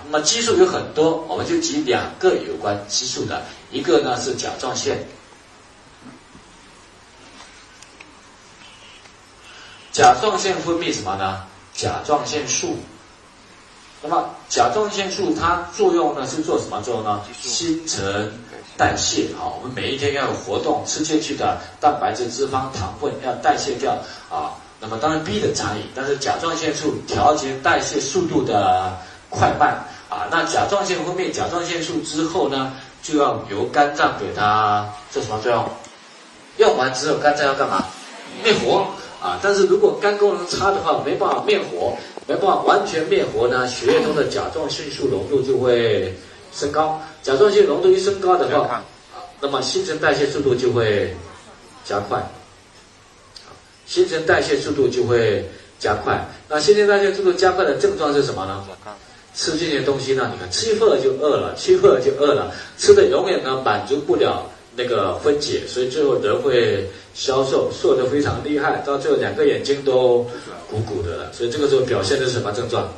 那么激素有很多，我们就举2个有关激素的，一个呢是甲状腺。甲状腺分泌什么呢？甲状腺素。那么甲状腺素它作用呢是做什么作用呢？新陈代谢。好，我们每一天要有活动，吃进去的蛋白质、脂肪、糖分要代谢掉啊。那么当然 B 的差异，但是甲状腺素调节代谢速度的快慢啊。那甲状腺分泌甲状腺素之后呢，就要由肝脏给它做什么作用？用完之后肝脏要干嘛？灭活啊。但是如果肝功能差的话，没办法灭活，没办法完全灭活呢，血液中的甲状腺素浓度就会升高。甲状腺浓度一升高的话，那么新陈代谢速度就会加快。新陈代谢速度就会加快。那新陈代谢速度加快的症状是什么呢？吃进去的东西呢，你看吃一会儿就饿了，吃一会儿就饿了，吃的永远呢满足不了那个分解，所以最后人会消瘦，瘦得非常厉害，到最后2个眼睛都鼓鼓的了。所以这个时候表现的是什么症状？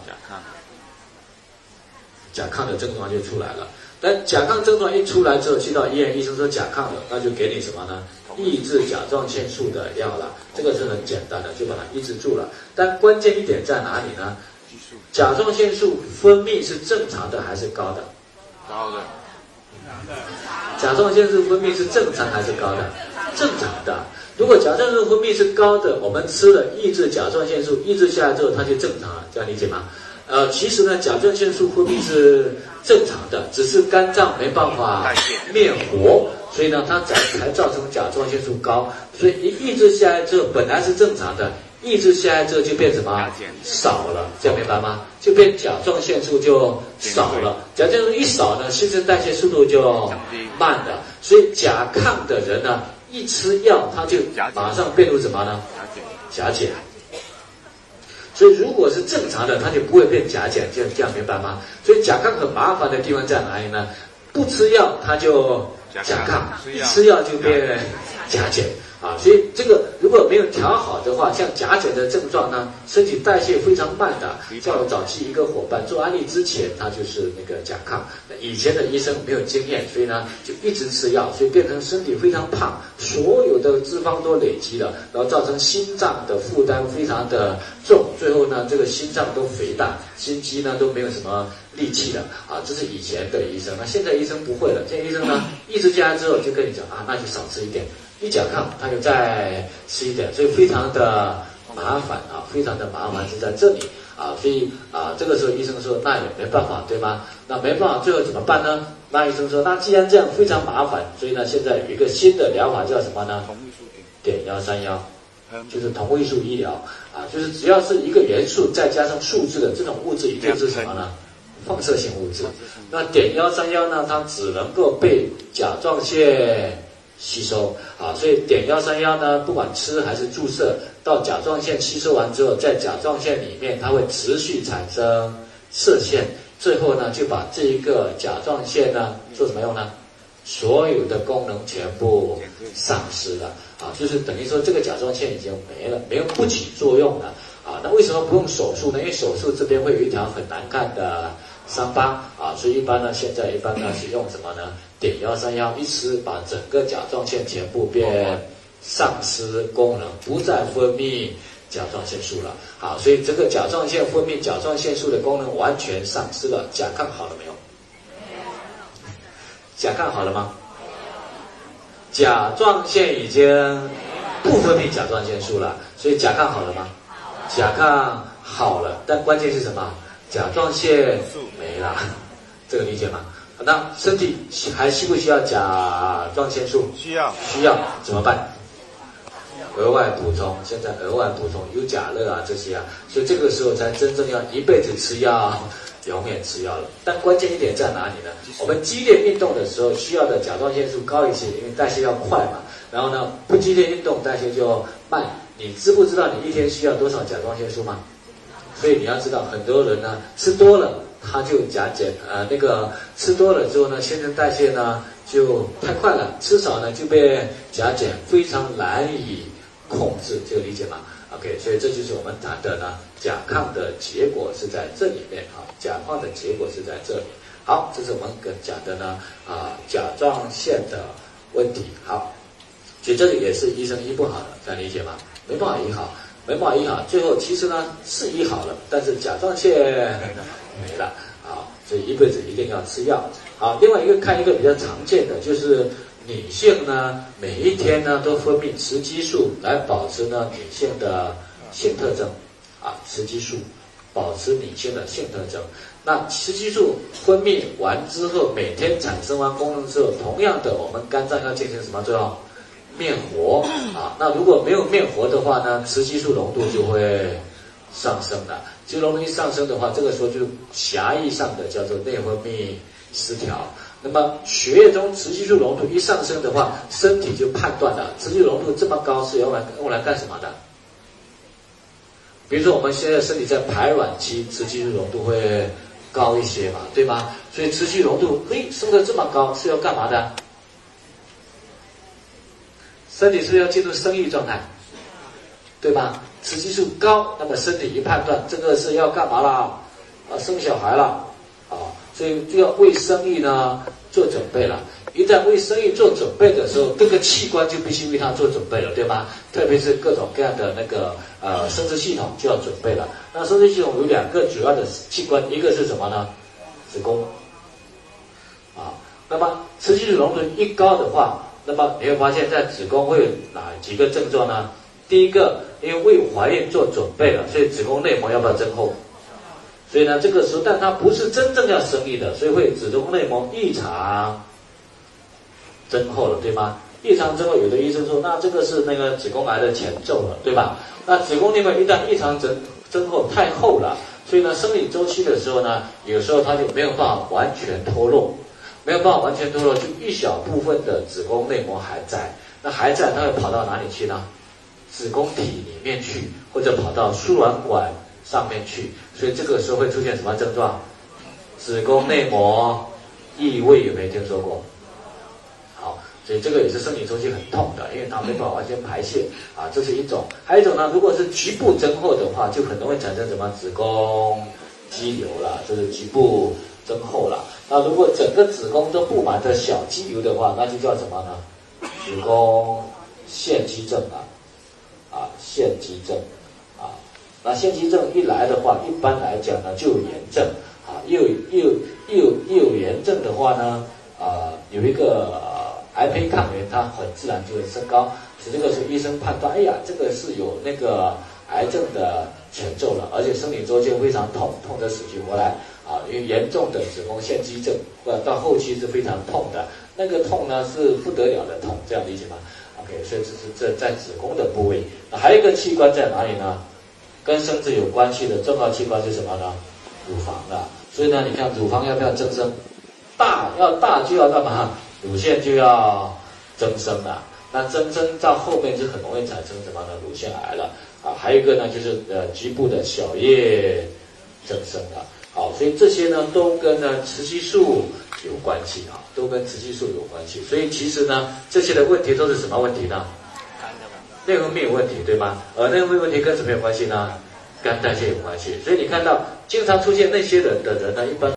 甲亢的症状就出来了。但甲亢症状一出来之后，去到医院，医生说甲亢了，那就给你什么呢？抑制甲状腺素的药了。这个是很简单的，就把它抑制住了。但关键一点在哪里呢？甲状腺素分泌是正常的还是高的？ 高的。 甲状腺素分泌是正常还是高的？正常的。如果甲状腺素分泌是高的，我们吃了抑制甲状腺素，抑制下来之后它就正常了，这样理解吗？其实呢，甲状腺素分泌是正常的，只是肝脏没办法灭活，所以呢，它才造成甲状腺素高。所以一抑制下来之后，本来是正常的，抑制下来之后就变什么？少了，这样明白吗？就变甲状腺素就少了。甲状腺素一少呢，新陈代谢速度就慢了。所以甲亢的人呢，一吃药他就马上变入什么呢？甲减。所以如果是正常的，它就不会变甲减，这样明白吗？所以甲亢很麻烦的地方在哪里呢？不吃药它就甲亢，一吃药就变甲减啊。所以这个如果没有调好的话，像甲减的症状呢，身体代谢非常慢的。像我早期一个伙伴做安利之前，他就是那个甲亢，以前的医生没有经验，所以呢就一直吃药，所以变成身体非常胖，所有的脂肪都累积了，然后造成心脏的负担非常的重，最后呢这个心脏都肥大，心肌呢都没有什么力气了啊。这是以前的医生，那现在医生不会了，现在医生呢抑制下来之后就跟你讲啊，那就少吃一点，一甲亢他就再吃一点，所以非常的麻烦啊，非常的麻烦是在这里啊。所以啊这个时候医生说那也没办法，对吗？那没办法，最后怎么办呢？那医生说那既然这样非常麻烦，所以呢现在有一个新的疗法叫什么呢？碘131，就是同位素医疗啊，就是只要是一个元素再加上数字的这种物质，一定是什么呢？放射性物质。那碘131呢，它只能够被甲状腺吸收啊，所以碘131呢，不管吃还是注射，到甲状腺吸收完之后，在甲状腺里面它会持续产生射线，最后呢就把这一个甲状腺呢做什么用呢？所有的功能全部丧失了啊，就是等于说这个甲状腺已经没了，没有不起作用了啊。那为什么不用手术呢？因为手术这边会有一条很难看的伤疤啊，所以一般呢是用什么呢？碘131一吃，把整个甲状腺全部变丧失功能，不再分泌甲状腺素了。好，所以这个甲状腺分泌甲状腺素的功能完全丧失了。甲亢好了没有？甲亢好了吗？甲状腺已经不分泌甲状腺素了，所以甲亢好了吗？甲亢好了，但关键是什么？甲状腺没了，这个理解吗？那身体还需不需要甲状腺素？ 需要。 需要，怎么办？额外补充，现在额外补充有甲乐啊这些啊，所以这个时候才真正要一辈子吃药，永远吃药了。但关键一点在哪里呢？我们激烈运动的时候需要的甲状腺素高一些，因为代谢要快嘛。然后呢，不激烈运动代谢就慢。你知不知道你一天需要多少甲状腺素吗？所以你要知道，很多人呢吃多了他就甲减，吃多了之后呢，新陈代谢呢就太快了，吃少呢就被甲减，非常难以控制，这个理解吗？ OK， 所以这就是我们谈的呢，甲亢的结果是在这里面啊，甲亢的结果是在这里。好，这是我们讲的呢甲状腺的问题。好，所以这里也是医生医不好的，这样理解吗？没办法医好，没办法医好，最后其实呢是医好了，但是甲状腺没了啊，所以一辈子一定要吃药。好，另外一个看一个比较常见的就是女性呢每一天呢都分泌雌激素来保持呢女性的性特征啊，雌激素保持女性的性特征。那雌激素分泌完之后，每天产生完功能之后，同样的我们肝脏要进行什么作用？灭活啊。那如果没有灭活的话呢，雌激素浓度就会上升了。雌激素浓度一上升的话，这个时候就狭义上的叫做内分泌失调。那么血液中雌激素浓度一上升的话，身体就判断了雌激素浓度这么高是用来干什么的？比如说我们现在身体在排卵期，雌激素浓度会高一些嘛，对吗？所以雌激素浓度升得这么高是要干嘛的？身体是不是要进入生育状态？对吧？雌激素高，那么身体一判断这个是要干嘛啦？生小孩了啊，所以就要为生育呢做准备了。一旦为生育做准备的时候，这个器官就必须为它做准备了，对吗？特别是各种各样的那个生殖系统就要准备了。那生殖系统有两个主要的器官，一个是什么呢？子宫啊。那么雌激素浓度一高的话，那么你会发现在子宫会有哪几个症状呢？第一个，因为为怀孕做准备了，所以子宫内膜要不要增厚？所以呢，这个时候，但它不是真正要生育的，所以会子宫内膜异常增厚了，对吗？异常增厚，有的医生说，那这个是那个子宫癌的前奏了，对吧？那子宫内膜一旦异常增厚太厚了，所以呢，生理周期的时候呢，有时候它就没有办法完全脱落，没有办法完全脱落，就一小部分的子宫内膜还在，那还在，它会跑到哪里去呢？子宫体里面去，或者跑到输卵管上面去，所以这个时候会出现什么症状？子宫内膜异位，有没有听说过？好，所以这个也是生理周期很痛的，因为它没办法完全排泄啊，这是一种。还有一种呢，如果是局部增厚的话，就很容易产生什么子宫肌瘤了，就是局部增厚了。那如果整个子宫都布满着小肌瘤的话，那就叫什么呢？子宫腺肌症啊，腺肌症啊。那腺肌症一来的话，一般来讲呢就有炎症啊，又有炎症的话呢，有一个癌胚抗原，它很自然就会升高，所以这个时候医生判断，哎呀，这个是有那个癌症的前奏了，而且生理周期非常痛得死去活来啊，因为严重的子宫腺肌症，到后期是非常痛的，那个痛呢是不得了的痛，这样理解吗？OK， 所以这是在子宫的部位。那还有一个器官在哪里呢？跟生殖有关系的重要器官是什么呢？乳房了。所以呢，你看乳房要不要增生？大就要干嘛？乳腺就要增生了。那增生到后面就很容易产生什么呢？乳腺癌了啊。还有一个呢，就是局部的小叶增生了。好，所以这些呢都跟雌激素有关系啊，都跟雌激素有关系。所以其实呢，这些的问题都是什么问题呢？内分泌有问题，对吗？而内分泌问题跟什么有关系呢？肝代谢有关系。所以你看到经常出现那些人的人呢，一般